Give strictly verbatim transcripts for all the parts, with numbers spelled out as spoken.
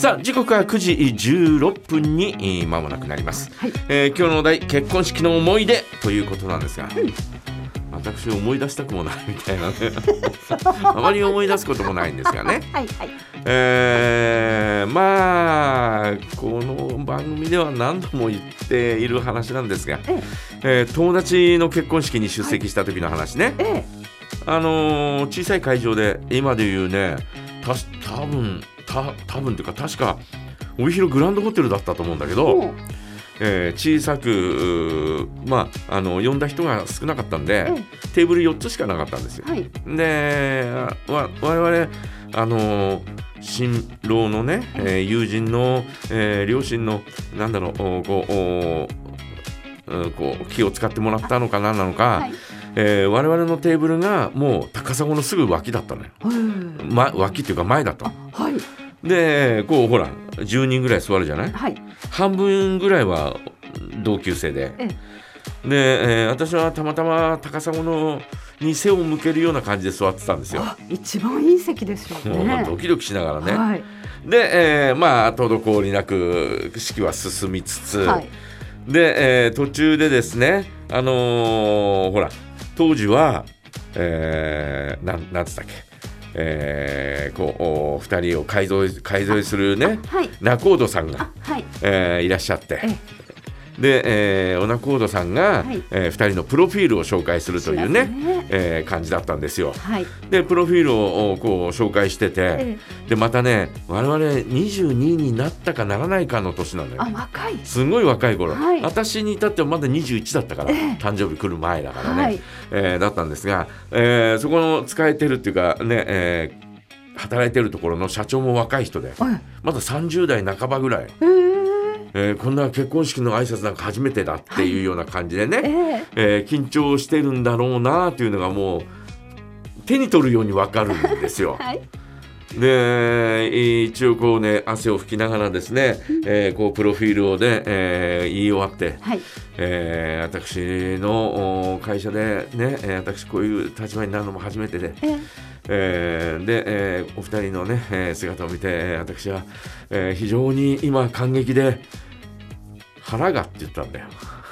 さあ時刻はくじじゅうろっぷんに間もなくなります、はい。えー、今日のお題結婚式の思い出ということなんですが、うん、私思い出したくもないみたいなねあまり思い出すこともないんですがねはい、はい。えー、まあこの番組では何度も言っている話なんですが、えええー、友達の結婚式に出席した時の話ね、はい。ええ、あのー、小さい会場で今でいうねた多分た多分というか確か帯広グランドホテルだったと思うんだけど、えー、小さくまああの呼んだ人が少なかったんで、うん、テーブルよっつしかなかったんですよ、はい。でわ我々あの新郎のね、えー、友人の、えー、両親のなんだろうこうこう気を使ってもらったのか何なのか、はい。えー、我々のテーブルがもう高砂のすぐ脇だったのよ、ま、脇っていうか前だった、はい。でこうほらじゅうにんぐらい座るじゃない、はい。半分ぐらいは同級生で、ええでえー、私はたまたま高砂のに背を向けるような感じで座ってたんですよ。 あ、一番いい席ですよね。 もうドキドキしながらね、はい。で、えー、まあ滞りなく式は進みつつ、はい。で、えー、途中でですねあのー、ほら当時は、えー、な, なんつったっけ、えー、こうふたりを改造改造するね、はい。仲人さんが、はい。えー、いらっしゃって、ええで、えー、お仲人さんが、はい。えー、ふたりのプロフィールを紹介するというね、えー、感じだったんですよ、はい。でプロフィールをこう紹介してて、ええ、でまたね我々にじゅうにになったかならないかの年なのよ。 あ、若い、 すごい若い頃、はい。私に至ってはまだにじゅういちだったから、ええ、誕生日来る前だからね、はい。えー、だったんですが、えー、そこの使えてるっていうかね、えー、働いてるところの社長も若い人で、はい。まださんじゅう代半ばぐらい、えーえー、こんな結婚式の挨拶なんか初めてだっていうような感じでね、はい。えーえー、緊張してるんだろうなというのがもう手に取るように分かるんですよ、はい。で一応こうね汗を拭きながらですね、えー、こうプロフィールをね、えー、言い終わって、はい。えー、私の会社でね私こういう立場になるのも初めてで、えーえー、で、えー、お二人のね、えー、姿を見て私は、えー、非常に今感激で腹がって言ったんだよ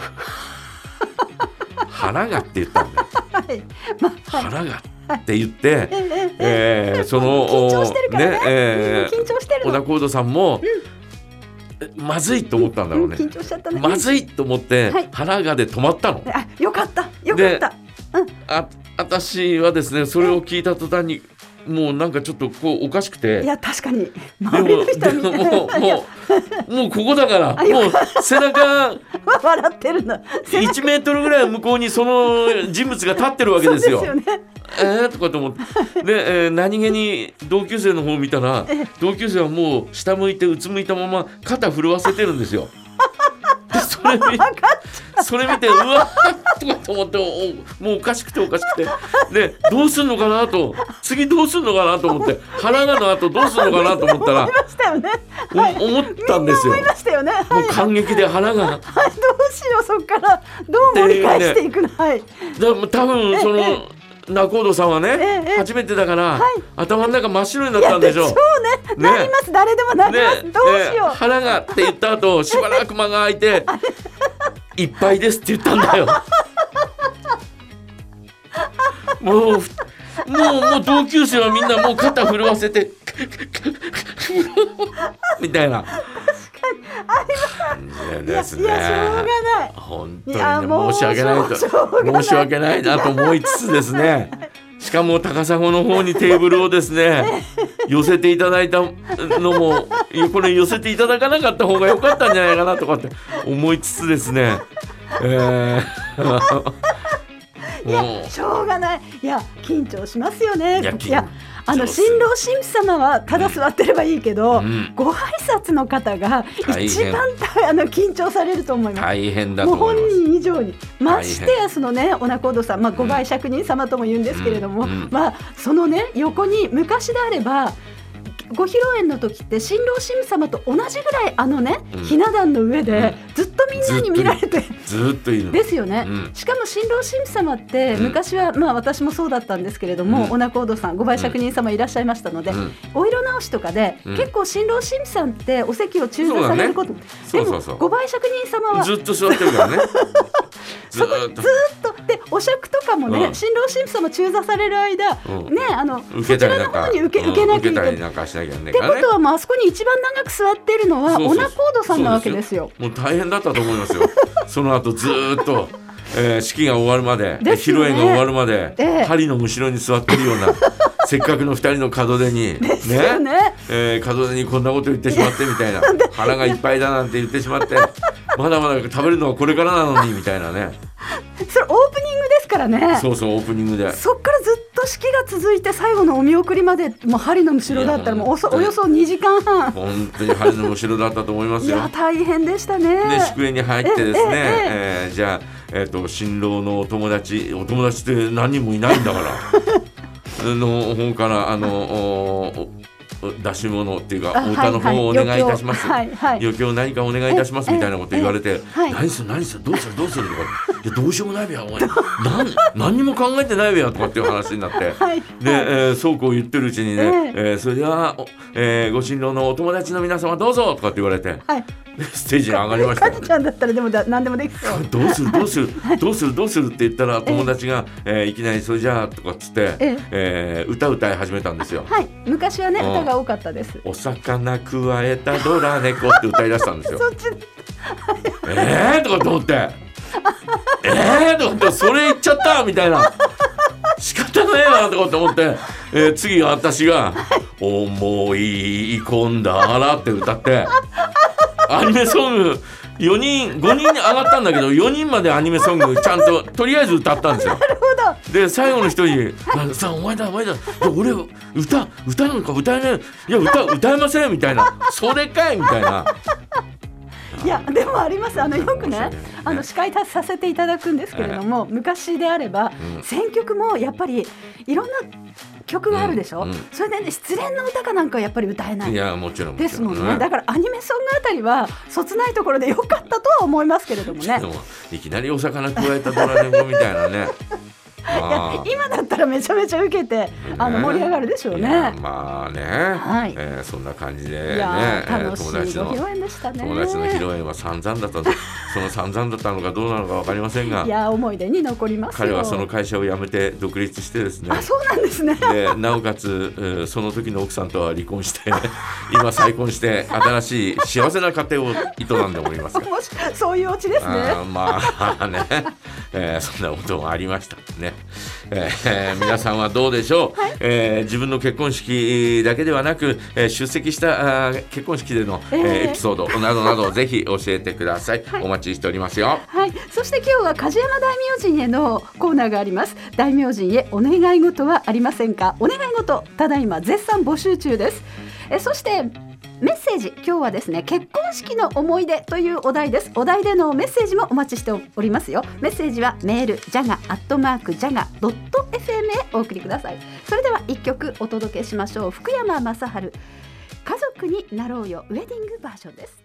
腹がって言ったんだよ、はいまあ、腹がって言って、はい、えー、その緊張してるからね、ねえー、緊張してるの。 小田幸人さんも、うん、まずいと思ったんだろうね、 緊張しちゃったね。 まずいと思って、はい、腹がで止まったの。 あ、よかったよかった、うん、 あ私はですねそれを聞いた途端にもうなんかちょっとこうおかしくて、 いや確かにでもでももうもうもうここだからもう背中笑ってるのいちメートルぐらい向こうにその人物が立ってるわけですよ。 そうですよね。 えーとかと思ってで、えー、何気に同級生の方を見たら同級生はもう下向いてうつむいたまま肩震わせてるんですよ。それ見それ見てうわっとかと思ってもうおかしくておかしくてでどうすんのかなと次どうすんのかなと思って腹がの後どうすんのかなと思ったら思いましたよね、はい、思ったんですよ。 みんな思いましたよね、はい、 もう感激で腹が、はい、どうしようそっからどう盛り返していくの、ね、はい、 だ多分その仲人さんはね、ええ、初めてだから、はい、頭の中真っ白になったんでしょう。いやでしょうね、ね、なります誰でもなります、ね、どうしよう、えー、腹がって言った後しばらく間が空いていっぱいですって言ったんだよもうもうもう同級生はみんなもう肩震わせてみたいな感じですね。 いや、いやしょうがない本当に、ね、申し訳ないと申し訳ないなと思いつつですねしかも高砂の方にテーブルをですね寄せていただいたのもこれ寄せていただかなかった方が良かったんじゃないかなとかって思いつつですね、えーいやしょうがない。いや緊張しますよね。いやいやあの新郎新婦様はただ座ってればいいけど、うん、ご挨拶の方が一番あの緊張されると思います。 大変だと思います。 もう本人以上にましてやそのねお仲人さん、まあ、ご媒酌人様とも言うんですけれども、うんうん、まあそのね横に昔であればご披露宴の時って新郎新婦様と同じぐらいあのね、うん、ひな壇の上でずっとみんなに見られて、 ずっといるですよね、うん、しかも新郎新婦様って昔は、うん、まあ私もそうだったんですけれども、うん、お仲人さんご媒酌人様いらっしゃいましたので、うん、お色直しとかで、うん、結構新郎新婦さんってお席を中座されること、ね、でもご媒酌人様はずっと座ってるからねずっとずっとでお酌とかもね、うん、新郎新婦様中座される間、うん、ねあのそちらの方に受け、うん、受けなきゃいけない、 なんかしなきゃね、 ってことは、まあ、あそこに一番長く座っているのはお仲人さんなわけですよ。 もう大変だったと思いますよその後ずっと、えー、式が終わるまで、ね、披露宴が終わるまで、えー、針の後ろに座ってるようなせっかくのふたりの門出に、ねねえー、門出にこんなこと言ってしまってみたいな腹がいっぱいだなんて言ってしまってまだまだ食べるのはこれからなのにみたいなねそれオープニングですからね。 そうそうオープニングでそっからずっと式が続いて最後のお見送りまでもう針の後ろだったらもう お, およそにじかんはん本当に針の後ろだったと思いますよ。 いや大変でしたね。 で祝宴に入ってですね、えええー、じゃあ、えー、と新郎のお友達お友達って何人もいないんだからの方からあの出し物っていうかお歌の方をお願いいたします、はいはい、余興何かお願いいたしますみたいなこと言われて、何する何するどうするどうするとかいやどうしようもないべやお前何, 何にも考えてないべやとかっていう話になって、はい、で、えー、そうこう言ってるうちにね、えーえー、それでは、えー、ご新郎のお友達の皆様どうぞとかって言われて、はい、ステージに上がりました。 かじちゃんだったらでもだ何でもできそうどうするどうするどうするどうするって言ったら友達が、えー、いきなりそれじゃあとかっつって、ええー、歌歌い始めたんですよ。 はい、昔はね、うん、歌が多かったです。 お魚くわえたドラ猫って歌い出したんですよ。 そっちえーとかと思ってえーとかってそれ言っちゃったみたいな仕方ないなとかって思って、えー、次は私が思い込んだらって歌ってアニメソングよにんごにんに上がったんだけどよにんまでアニメソングちゃんととりあえず歌ったんですよ。 なるほど。 で最後の一人さあお前だお前だ俺歌歌うのか歌えないいや 歌, 歌えませんみたいなそれかいみたいな。 いやでもありますあのよくねあの司会させていただくんですけれども、昔であれば、うん、選曲もやっぱりいろんな曲があるでしょ、うんうん、それで、ね、失恋の歌かなんかやっぱり歌えない。 いやもちろんですもんね。だからアニメソングあたりはそつないところでよかったとは思いますけれどもね。でもいきなりお魚くわえたドラ猫みたいなねいや今だったらめちゃめちゃ受けて、ね、あの盛り上がるでしょうね。 まあね、はいえー、そんな感じでね、 いや楽しいご披露宴でしたね。 友達の披露宴は散々だったその散々だったのかどうなのか分かりませんが、 いや思い出に残りますよ。 彼はその会社を辞めて独立してですね。 あそうなんですね。 でなおかつその時の奥さんとは離婚して今再婚して新しい幸せな家庭を営んでおりますがそういうオチですね。 あまあね、えー、そんなこともありましたね。えー、皆さんはどうでしょう、はいえー、自分の結婚式だけではなく、えー、出席したあ結婚式での、えーえー、エピソードなどなどぜひ教えてください、はい、お待ちしておりますよ、 はい、そして今日は梶山大明神へのコーナーがあります。大明神へお願い事はありませんか。お願い事ただいま絶賛募集中です。えー、そしてメッセージ今日はですね結婚式の思い出というお題です。お題でのメッセージもお待ちしておりますよ。メッセージはメール ジャガ アットマーク ジャガ ドット エフエム へお送りください。それではいっきょくお届けしましょう。福山雅治家族になろうよウェディングバージョンです。